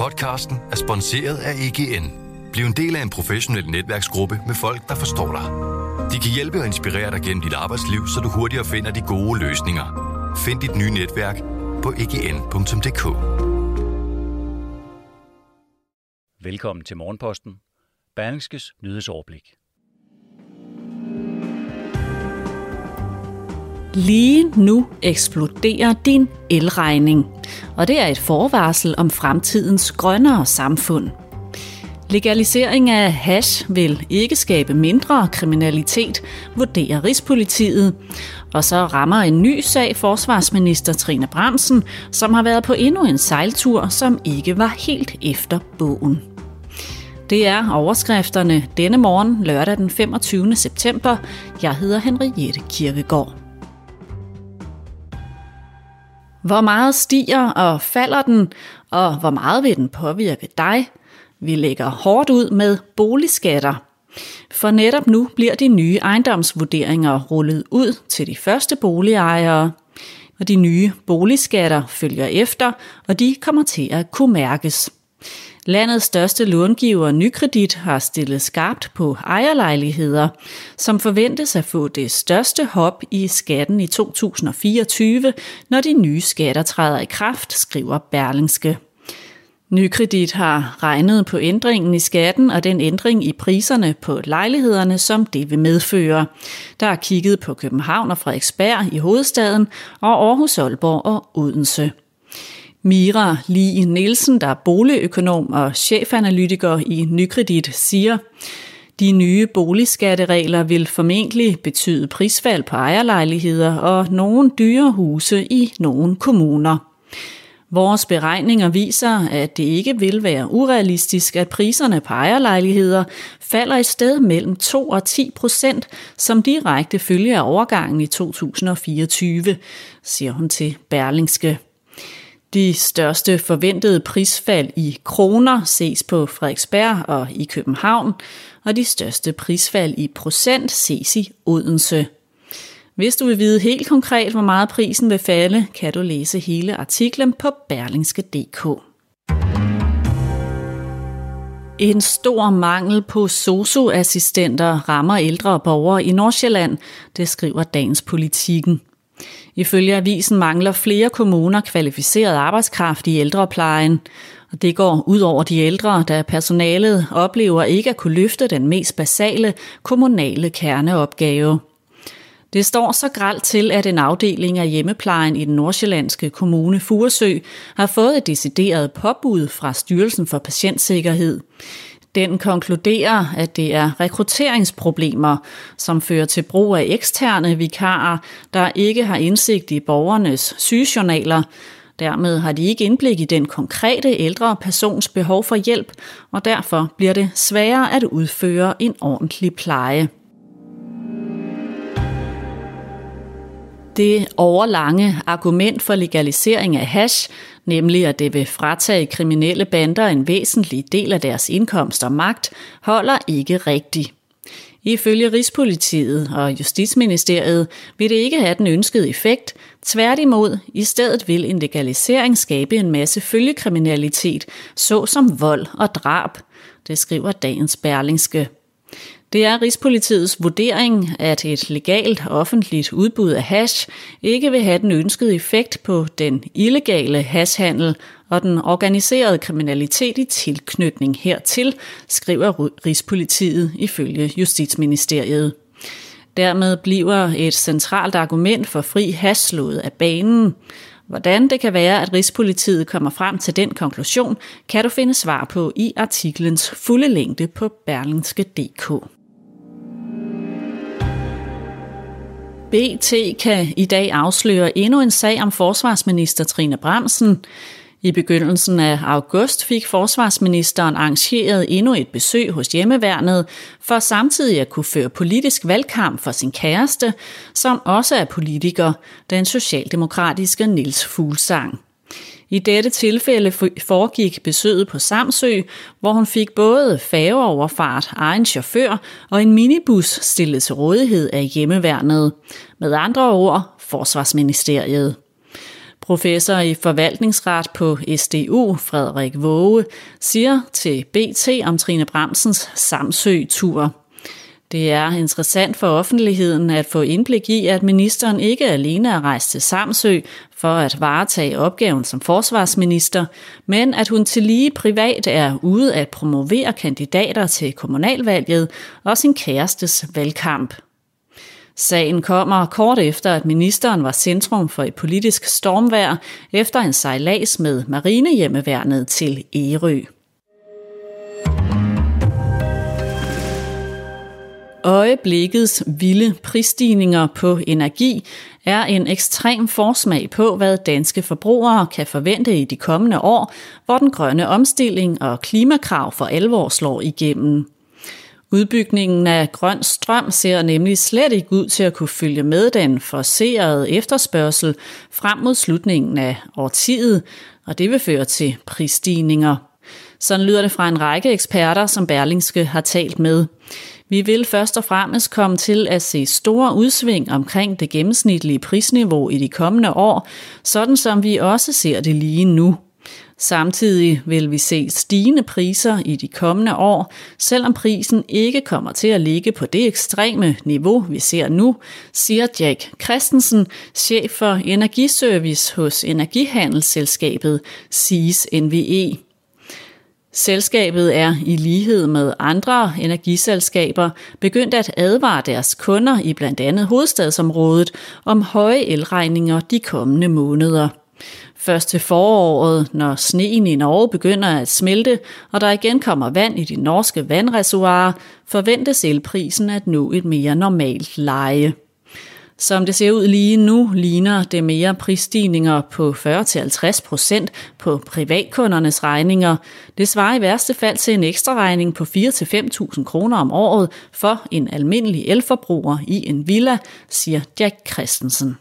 Podcasten er sponsoreret af EGN. Bliv en del af en professionel netværksgruppe med folk, der forstår dig. De kan hjælpe og inspirere dig gennem dit arbejdsliv, så du hurtigere finder de gode løsninger. Find dit nye netværk på egn.dk. Velkommen til Morgenposten, Berlingskes nyhedsoverblik. Lige nu eksploderer din elregning, og det er et forvarsel om fremtidens grønnere samfund. Legalisering af hash vil ikke skabe mindre kriminalitet, vurderer Rigspolitiet. Og så rammer en ny sag forsvarsminister Trine Bramsen, som har været på endnu en sejltur, som ikke var helt efter bogen. Det er overskrifterne denne morgen, lørdag den 25. september. Jeg hedder Henriette Kirkegaard. Hvor meget stiger og falder den, og hvor meget vil den påvirke dig? Vi lægger hårdt ud med boligskatter. For netop nu bliver de nye ejendomsvurderinger rullet ud til de første boligejere. Og de nye boligskatter følger efter, og de kommer til at kunne mærkes. Landets største långiver Nykredit har stillet skarpt på ejerlejligheder, som forventes at få det største hop i skatten i 2024, når de nye skatter træder i kraft, skriver Berlingske. Nykredit har regnet på ændringen i skatten og den ændring i priserne på lejlighederne, som det vil medføre. Der er kigget på København og Frederiksberg i hovedstaden og Aarhus, Aalborg og Odense. Mira Lie Nielsen, der er boligøkonom og chefanalytiker i Nykredit, siger, de nye boligskatteregler vil formentlig betyde prisfald på ejerlejligheder og nogle dyre huse i nogle kommuner. Vores beregninger viser, at det ikke vil være urealistisk, at priserne på ejerlejligheder falder et sted mellem 2 og 10%, som direkte følge af overgangen i 2024, siger hun til Berlingske. De største forventede prisfald i kroner ses på Frederiksberg og i København, og de største prisfald i procent ses i Odense. Hvis du vil vide helt konkret, hvor meget prisen vil falde, kan du læse hele artiklen på berlingske.dk. En stor mangel på sosu-assistenter rammer ældre borgere i Nordsjælland, det skriver Dagens Politikken. Ifølge avisen mangler flere kommuner kvalificeret arbejdskraft i ældreplejen. Og det går ud over de ældre, da personalet oplever ikke at kunne løfte den mest basale kommunale kerneopgave. Det står så grelt til, at en afdeling af hjemmeplejen i den nordsjællandske kommune Furesø har fået et decideret påbud fra Styrelsen for Patientsikkerhed. Den konkluderer, at det er rekrutteringsproblemer, som fører til brug af eksterne vikarer, der ikke har indsigt i borgernes sygejournaler. Dermed har de ikke indblik i den konkrete ældre persons behov for hjælp, og derfor bliver det sværere at udføre en ordentlig pleje. Det overlange argument for legalisering af hash, nemlig at det vil fratage kriminelle bander en væsentlig del af deres indkomst og magt, holder ikke rigtigt. Ifølge Rigspolitiet og Justitsministeriet vil det ikke have den ønskede effekt. Tværtimod, i stedet vil en legalisering skabe en masse følgekriminalitet, såsom vold og drab. Det skriver dagens Berlingske. Det er Rigspolitiets vurdering, at et legalt offentligt udbud af hash ikke vil have den ønskede effekt på den illegale hashhandel og den organiserede kriminalitet i tilknytning hertil, skriver Rigspolitiet ifølge Justitsministeriet. Dermed bliver et centralt argument for fri hash slået af banen. Hvordan det kan være, at Rigspolitiet kommer frem til den konklusion, kan du finde svar på i artiklens fulde længde på berlingske.dk. BT kan i dag afsløre endnu en sag om forsvarsminister Trine Bramsen. I begyndelsen af august fik forsvarsministeren arrangeret endnu et besøg hos hjemmeværnet, for samtidig at kunne føre politisk valgkamp for sin kæreste, som også er politiker, den socialdemokratiske Niels Fuglsang. I dette tilfælde foregik besøget på Samsø, hvor hun fik både færgeoverfart, egen chauffør og en minibus stillet til rådighed af hjemmeværnet. Med andre ord, Forsvarsministeriet. Professor i forvaltningsret på SDU, Frederik Waage, siger til BT om Trine Bramsens Samsø-tur. Det er interessant for offentligheden at få indblik i, at ministeren ikke alene er rejst til Samsø for at varetage opgaven som forsvarsminister, men at hun tillige privat er ude at promovere kandidater til kommunalvalget og sin kærestes valgkamp. Sagen kommer kort efter, at ministeren var centrum for et politisk stormvejr efter en sejlads med Marinehjemmeværnet til Ærø. Øjeblikkets vilde prisstigninger på energi er en ekstrem forsmag på, hvad danske forbrugere kan forvente i de kommende år, hvor den grønne omstilling og klimakrav for alvor slår igennem. Udbygningen af grøn strøm ser nemlig slet ikke ud til at kunne følge med den forcerede efterspørgsel frem mod slutningen af årtiet, og det vil føre til prisstigninger. Sådan lyder det fra en række eksperter, som Berlingske har talt med. Vi vil først og fremmest komme til at se store udsving omkring det gennemsnitlige prisniveau i de kommende år, sådan som vi også ser det lige nu. Samtidig vil vi se stigende priser i de kommende år, selvom prisen ikke kommer til at ligge på det ekstreme niveau, vi ser nu, siger Jack Christensen, chef for energiservice hos energihandelsselskabet SIS NVE. Selskabet er i lighed med andre energiselskaber begyndt at advare deres kunder i blandt andet hovedstadsområdet om høje elregninger de kommende måneder. Først til foråret, når sneen i Norge begynder at smelte, og der igen kommer vand i de norske vandreservoirer, forventes elprisen at nå et mere normalt leje. Som det ser ud lige nu, ligner det mere prisstigninger på 40-50% på privatkundernes regninger. Det svarer i værste fald til en ekstra regning på 4.000-5.000 kroner om året for en almindelig elforbruger i en villa, siger Jack Christensen.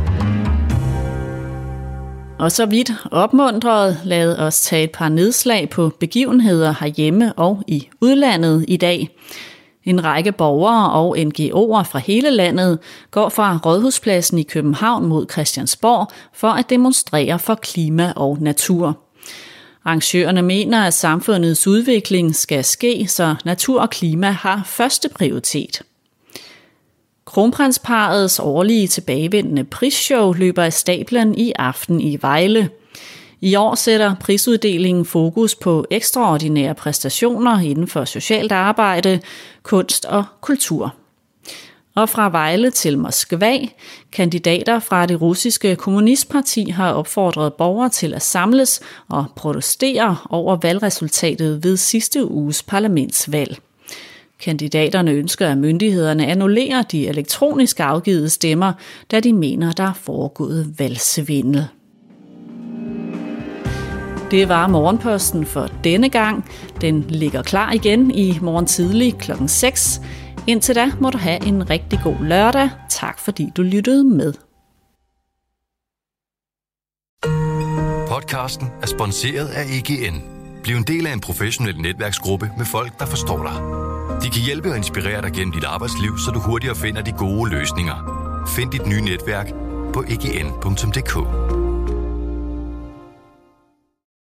Og så vidt opmuntret, lad os tage et par nedslag på begivenheder herhjemme og i udlandet i dag. En række borgere og NGO'er fra hele landet går fra Rådhuspladsen i København mod Christiansborg for at demonstrere for klima og natur. Arrangørerne mener, at samfundets udvikling skal ske, så natur og klima har første prioritet. Kronprinsparrets årlige tilbagevendende prisshow løber af stablen i aften i Vejle. I år sætter prisuddelingen fokus på ekstraordinære præstationer inden for socialt arbejde, kunst og kultur. Og fra Vejle til Moskva, kandidater fra det russiske kommunistparti har opfordret borgere til at samles og protestere over valgresultatet ved sidste uges parlamentsvalg. Kandidaterne ønsker, at myndighederne annullerer de elektronisk afgivet stemmer, da de mener, der er foregået valgsvindel. Det var Morgenposten for denne gang. Den ligger klar igen i morgen tidlig kl. 6. Indtil da må du have en rigtig god lørdag. Tak fordi du lyttede med. Podcasten er sponsoreret af EGN. Bliv en del af en professionel netværksgruppe med folk, der forstår dig. De kan hjælpe og inspirere dig gennem dit arbejdsliv, så du hurtigere finder de gode løsninger. Find dit nye netværk på egn.dk.